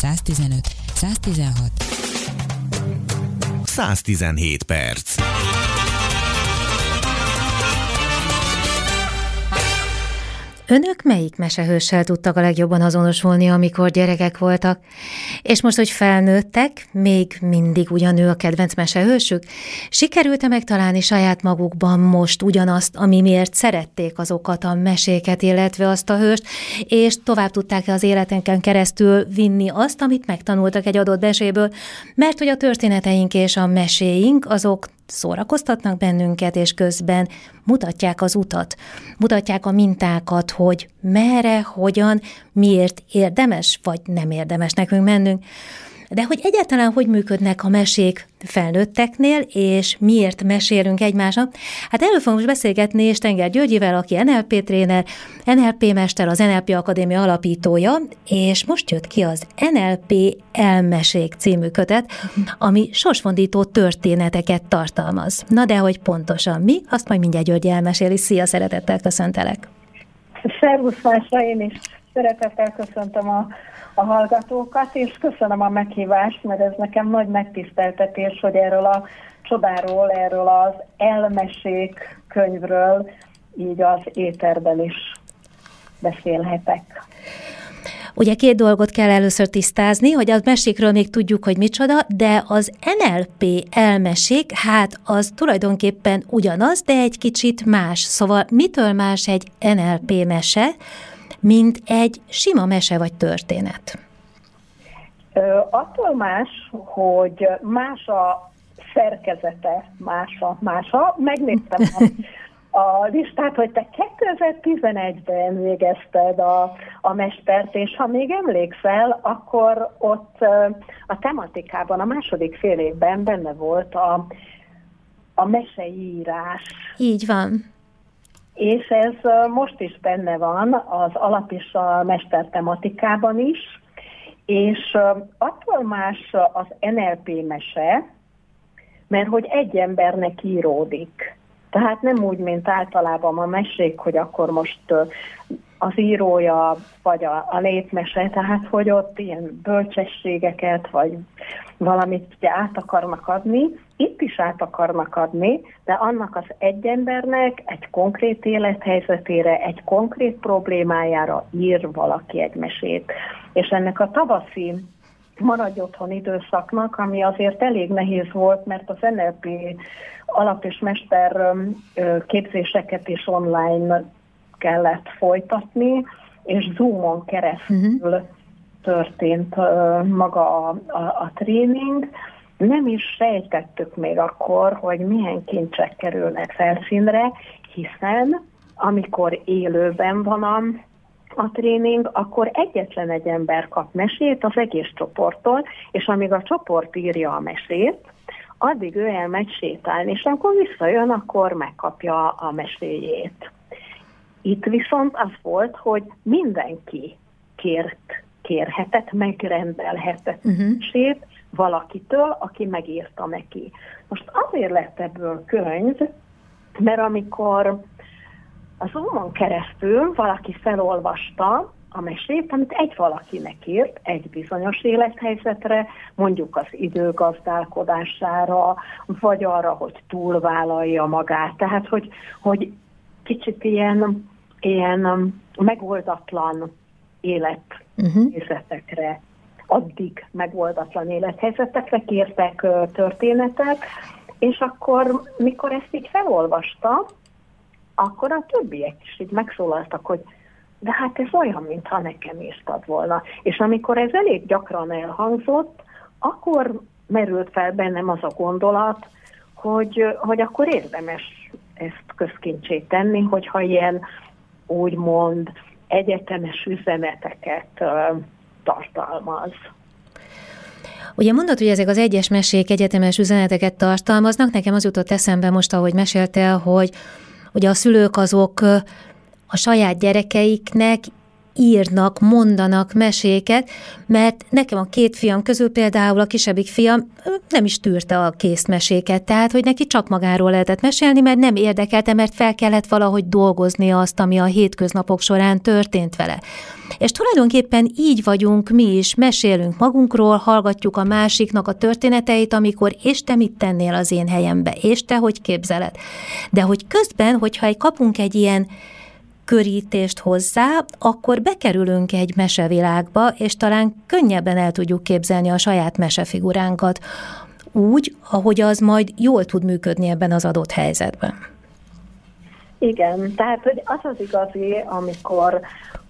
115 116 117 perc. Önök melyik mesehőssel tudtak a legjobban azonosulni, amikor gyerekek voltak? És most, hogy felnőttek, még mindig ugyanő a kedvenc mesehősük? Sikerült-e megtalálni saját magukban most ugyanazt, ami miért szerették azokat a meséket, illetve azt a hőst, és tovább tudták-e az életenken keresztül vinni azt, amit megtanultak egy adott meséből? Mert hogy a történeteink és a meséink, azok szórakoztatnak bennünket, és közben mutatják az utat, mutatják a mintákat, hogy merre, hogyan, miért érdemes, vagy nem érdemes nekünk mennünk. De hogy egyáltalán hogy működnek a mesék felnőtteknél, és miért mesélünk egymásnak? Hát erről fogunk beszélgetni Stenger Györgyivel, aki NLP tréner, NLP mester, az NLP Akadémia alapítója, és most jött ki az NLP Elmesék című kötet, ami sorsfordító történeteket tartalmaz. Na de hogy pontosan mi, azt majd mindjárt Györgyi elmeséli. Szia, szeretettel köszöntelek! Szervusz, Mása, én is szeretettel köszöntöm a hallgatókat, és köszönöm a meghívást, mert ez nekem nagy megtiszteltetés, hogy erről a csodáról, erről az Elmesék könyvről így az éterben is beszélhetek. Ugye két dolgot kell először tisztázni, hogy a mesékről még tudjuk, hogy micsoda, de az NLP elmesék, hát az tulajdonképpen ugyanaz, de egy kicsit más. Szóval mitől más egy NLP mese, mint egy sima mese vagy történet? Attól más, hogy más a szerkezete, más a megnéztem a listát, hogy te 2011-ben végezted a mestert, és ha még emlékszel, akkor ott a tematikában a második fél évben benne volt a meseírás. Így van. És ez most is benne van az alap és a mester tematikában is, és attól más az NLP mese, mert hogy egy embernek íródik. Tehát nem úgy, mint általában a mesék, hogy akkor most az írója, vagy a népmese, tehát hogy ott ilyen bölcsességeket, vagy valamit ugye át akarnak adni, itt is át akarnak adni, de annak az egy embernek egy konkrét élethelyzetére, egy konkrét problémájára ír valaki egy mesét. És ennek a tavaszi maradj otthon időszaknak, ami azért elég nehéz volt, mert az NLP alap- és mester képzéseket is online kellett folytatni, és Zoomon keresztül történt maga a tréning. Nem is sejtettük még akkor, hogy milyen kincsek kerülnek felszínre, hiszen amikor élőben van a tréning, akkor egyetlen egy ember kap mesét az egész csoporttól, és amíg a csoport írja a mesét, addig ő elmegy sétálni, és amikor visszajön, akkor megkapja a meséjét. Itt viszont az volt, hogy mindenki kérhetett, megrendelhetett mesét valakitől, aki megírta neki. Most azért lett ebből könyv, mert amikor a Zoomon keresztül valaki felolvasta a mesét, amit egy valakinek írt, egy bizonyos élethelyzetre, mondjuk az idő gazdálkodására, vagy arra, hogy túlvállalja magát. Tehát, hogy kicsit ilyen megoldatlan élethelyzetekre, addig megoldatlan élethelyzetekre kértek történetek, és akkor, mikor ezt így felolvasta, akkor a többiek is így megszólaltak, hogy de hát ez olyan, mintha nekem írtad volna. És amikor ez elég gyakran elhangzott, akkor merült fel bennem az a gondolat, hogy akkor érdemes ezt közkincsé tenni, hogyha ilyen úgymond egyetemes üzeneteket tartalmaz. Ugye mondod, hogy ezek az egyes mesék egyetemes üzeneteket tartalmaznak. Nekem az jutott eszembe most, ahogy meséltél, hogy ugye a szülők azok a saját gyerekeiknek írnak, mondanak meséket, mert nekem a 2 fiam közül például a kisebbik fiam nem is tűrte a készmeséket, tehát hogy neki csak magáról lehetett mesélni, mert nem érdekelte, mert fel kellett valahogy dolgozni azt, ami a hétköznapok során történt vele. És tulajdonképpen így vagyunk mi is, mesélünk magunkról, hallgatjuk a másiknak a történeteit, amikor és te mit tennél az én helyembe, és te hogy képzeled. De hogy közben, hogyha kapunk egy ilyen körítést hozzá, akkor bekerülünk egy mesevilágba, és talán könnyebben el tudjuk képzelni a saját mesefiguránkat úgy, ahogy az majd jól tud működni ebben az adott helyzetben. Igen, tehát hogy az az igazi, amikor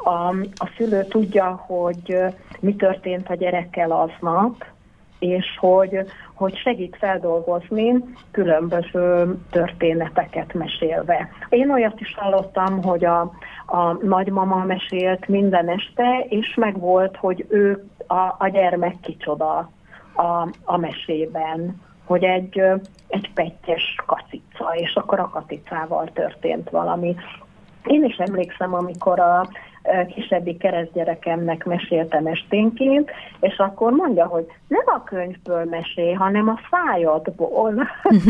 a szülő tudja, hogy mi történt a gyerekkel aznap, és hogy segít feldolgozni különböző történeteket mesélve. Én olyat is hallottam, hogy a nagymama mesélt minden este, és megvolt, hogy ő a gyermek kicsoda a mesében, hogy egy pettyes kacica, és akkor a kacicával történt valami. Én is emlékszem, amikor a kisebbik keresztgyerekemnek meséltem esténként, és akkor mondja, hogy nem a könyvből mesél, hanem a szájadból.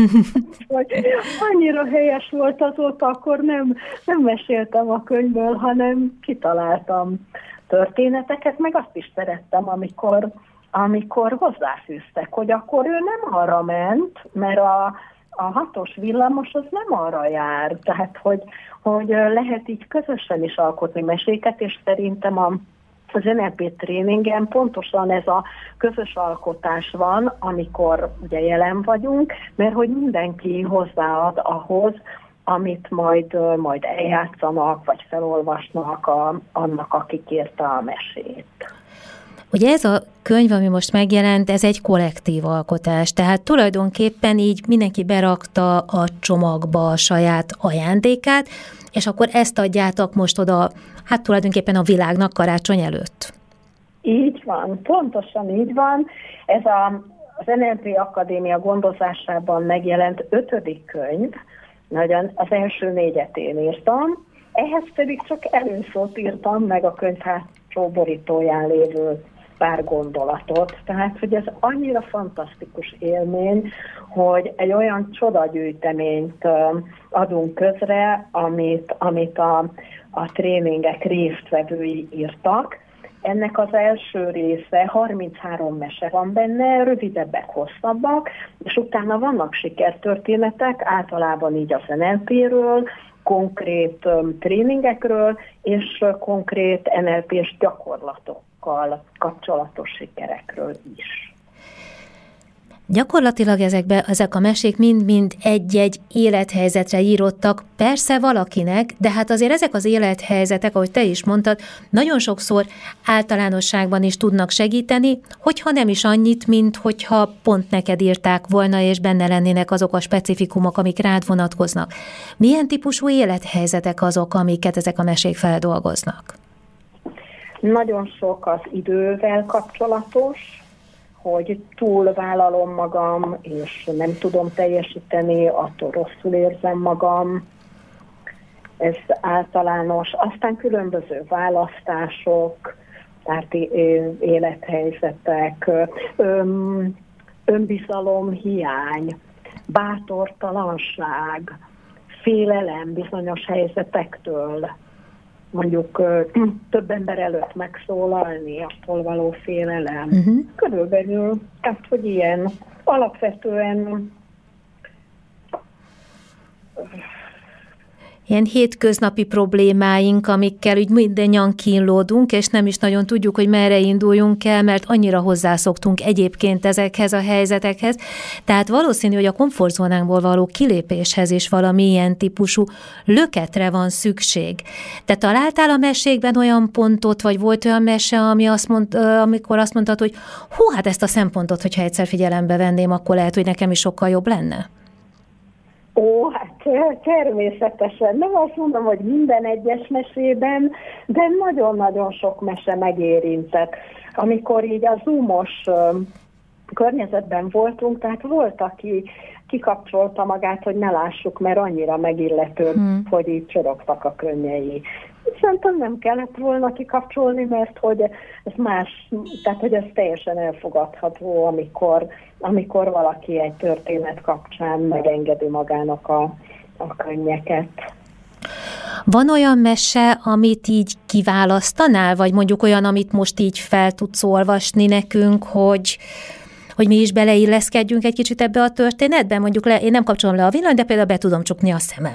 Hogy annyira helyes volt azóta, akkor nem meséltem a könyvből, hanem kitaláltam történeteket, meg azt is szerettem, amikor hozzáfűztek, hogy akkor ő nem arra ment, mert a 6-os villamos az nem arra jár, tehát hogy lehet így közösen is alkotni meséket, és szerintem az NLP tréningen pontosan ez a közös alkotás van, amikor ugye jelen vagyunk, mert hogy mindenki hozzáad ahhoz, amit majd eljátszanak, vagy felolvasnak annak, akik írta a mesét. Ugye ez a könyv, ami most megjelent, ez egy kollektív alkotás, tehát tulajdonképpen így mindenki berakta a csomagba a saját ajándékát, és akkor ezt adjátok most oda, hát tulajdonképpen a világnak karácsony előtt. Így van, pontosan így van. Ez az NLP Akadémia gondozásában megjelent 5. könyv, az első 4-et én írtam, ehhez pedig csak előszót írtam meg a könyv hátsó borítóján lévő pár gondolatot. Tehát, hogy ez annyira fantasztikus élmény, hogy egy olyan csodagyűjteményt adunk közre, amit a tréningek résztvevői írtak. Ennek az első része, 33 mese van benne, rövidebbek, hosszabbak, és utána vannak sikertörténetek, általában így az NLP-ről, konkrét tréningekről, és konkrét NLP-s gyakorlatokkal kapcsolatos sikerekről is. Gyakorlatilag ezek a mesék mind-mind egy-egy élethelyzetre írottak, persze valakinek, de hát azért ezek az élethelyzetek, ahogy te is mondtad, nagyon sokszor általánosságban is tudnak segíteni, hogyha nem is annyit, mint hogyha pont neked írták volna, és benne lennének azok a specifikumok, amik rád vonatkoznak. Milyen típusú élethelyzetek azok, amiket ezek a mesék feldolgoznak? Nagyon sok az idővel kapcsolatos, hogy túlvállalom magam, és nem tudom teljesíteni, attól rosszul érzem magam. Ez általános. Aztán különböző választások, párti élethelyzetek, önbizalom hiány, bátortalanság, félelem bizonyos helyzetektől, mondjuk több ember előtt megszólalni, attól való félelem. Körülbelül, tehát, hogy ilyen alapvetően ilyen hétköznapi problémáink, amikkel úgy mindannyian kínlódunk, és nem is nagyon tudjuk, hogy merre induljunk el, mert annyira hozzászoktunk egyébként ezekhez a helyzetekhez. Tehát valószínű, hogy a komfortzónánkból való kilépéshez is valamilyen típusú löketre van szükség. Te találtál a mesékben olyan pontot, vagy volt olyan mese, amikor azt mondtad, hogy hát ezt a szempontot, hogyha egyszer figyelembe venném, akkor lehet, hogy nekem is sokkal jobb lenne? Hát természetesen. Nem azt mondom, hogy minden egyes mesében, de nagyon-nagyon sok mese megérintett. Amikor így a Zoom-os környezetben voltunk, tehát volt, aki kikapcsolta magát, hogy ne lássuk, mert annyira megillető, hogy így csorogtak a könnyei. Szerintem nem kellett volna kikapcsolni, mert hogy ez más, tehát hogy ez teljesen elfogadható, amikor valaki egy történet kapcsán megengedi magának a könnyeket. Van olyan mese, amit így kiválasztanál, vagy mondjuk olyan, amit most így fel tudsz olvasni nekünk, hogy mi is beleilleszkedjünk egy kicsit ebbe a történetbe? Mondjuk én nem kapcsolom le a villanyt, de például be tudom csukni a szemem.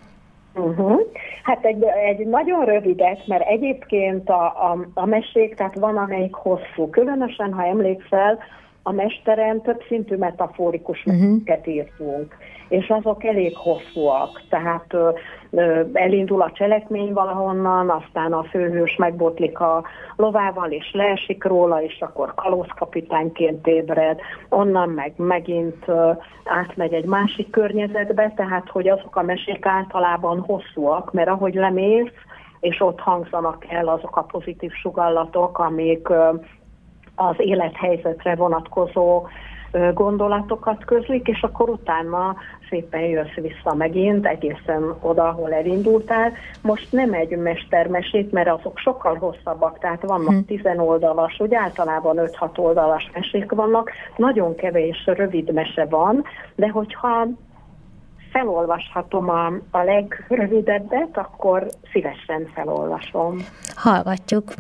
Hát egy nagyon rövidet, mert egyébként a mesék, tehát van amelyik hosszú. Különösen, ha emlékszel, a mesteren többszintű metaforikus meséket írtunk, és azok elég hosszúak. Tehát elindul a cselekmény valahonnan, aztán a főhős megbotlik a lovával, és leesik róla, és akkor kalózkapitányként ébred, onnan meg megint átmegy egy másik környezetbe, tehát hogy azok a mesék általában hosszúak, mert ahogy lemész, és ott hangzanak el azok a pozitív sugallatok, amik az élethelyzetre vonatkozó gondolatokat közlik, és akkor utána szépen jössz vissza megint, egészen oda, ahol elindultál. Most nem egy mestermesét, mert azok sokkal hosszabbak, tehát vannak 10 oldalas, úgy általában 5-6 oldalas mesék vannak, nagyon kevés rövid mese van, de hogyha felolvashatom a legrövidebbet, akkor szívesen felolvasom. Hallgatjuk.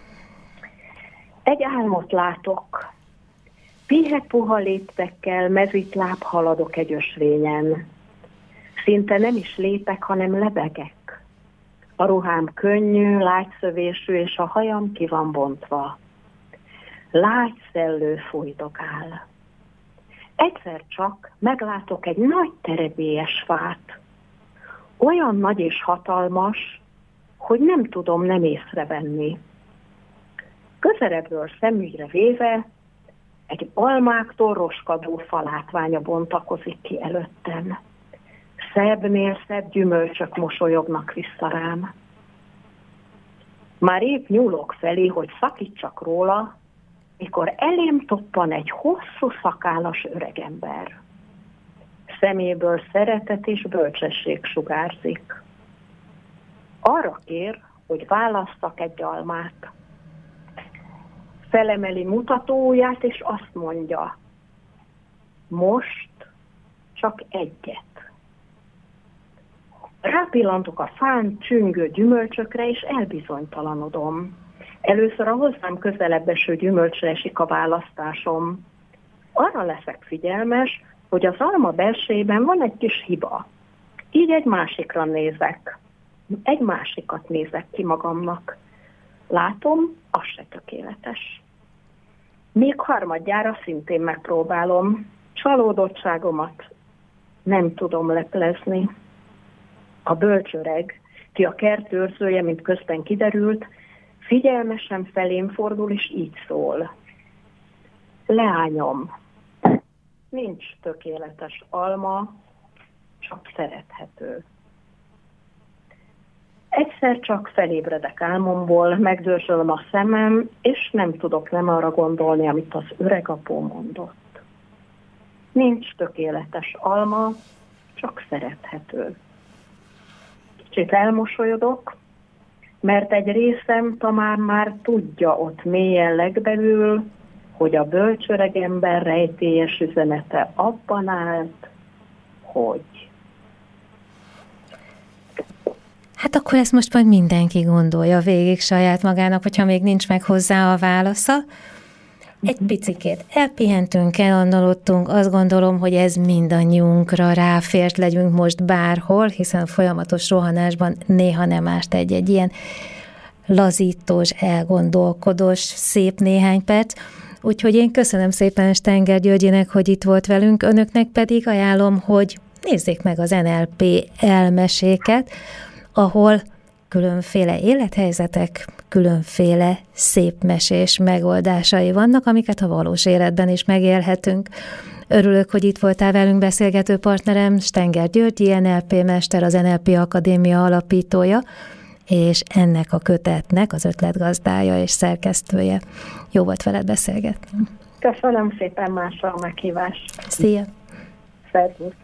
Egy álmot látok. Pihe-puha léptekkel mezitláb haladok egy ösvényen. Szinte nem is lépek, hanem lebegek. A ruhám könnyű, lágyszövésű, és a hajam ki van bontva. Lágy szellő fújdogál. Egyszer csak meglátok egy nagy terebélyes fát. Olyan nagy és hatalmas, hogy nem tudom nem észrevenni. Közelebbről szemügyre véve egy almáktól roskadó falátványa bontakozik ki előttem. Szebbnél szebb gyümölcsök mosolyognak vissza rám. Már épp nyúlok felé, hogy szakítsak róla, mikor elém toppan egy hosszú szakállas öregember. Szeméből szeretet és bölcsesség sugárzik. Arra kér, hogy válasszak egy almát. Felemeli mutatóujját, és azt mondja, most csak egyet. Rápillantok a fán csüngő gyümölcsökre, és elbizonytalanodom. Először a hozzám közelebb eső gyümölcsre esik a választásom. Arra leszek figyelmes, hogy az alma belsejében van egy kis hiba. Így egy másikra nézek. Egy másikat nézek ki magamnak. Látom, az se tökéletes. Még harmadjára szintén megpróbálom. Csalódottságomat nem tudom leplezni. A bölcsöreg, ki a kert őrzője, mint közben kiderült, figyelmesen felém fordul, és így szól. Leányom, nincs tökéletes alma, csak szerethető. Egyszer csak felébredek álmomból, megdörzsölöm a szemem, és nem tudok nem arra gondolni, amit az öreg apó mondott. Nincs tökéletes alma, csak szerethető. Kicsit elmosolyodok, mert egy részem talán már tudja ott mélyen legbelül, hogy a bölcsöregember rejtélyes üzenete abban állt, hogy... Hát akkor ezt most majd mindenki gondolja végig saját magának, hogyha még nincs meg hozzá a válasza. Egy picikét elpihentünk, elgondolodtunk, azt gondolom, hogy ez mindannyiunkra ráfért, legyünk most bárhol, hiszen a folyamatos rohanásban néha nem árt egy ilyen lazítós, elgondolkodós, szép néhány perc. Úgyhogy én köszönöm szépen Stenger Györgyinek, hogy itt volt velünk, önöknek pedig ajánlom, hogy nézzék meg az NLP elmeséket, ahol különféle élethelyzetek, különféle szép mesés megoldásai vannak, amiket a valós életben is megélhetünk. Örülök, hogy itt voltál velünk, beszélgető partnerem, Stenger Györgyi, NLP mester, az NLP Akadémia alapítója, és ennek a kötetnek az ötletgazdája és szerkesztője. Jó volt veled beszélgetni. Köszönöm szépen, Mása, a meghívást. Szia! Szervusz!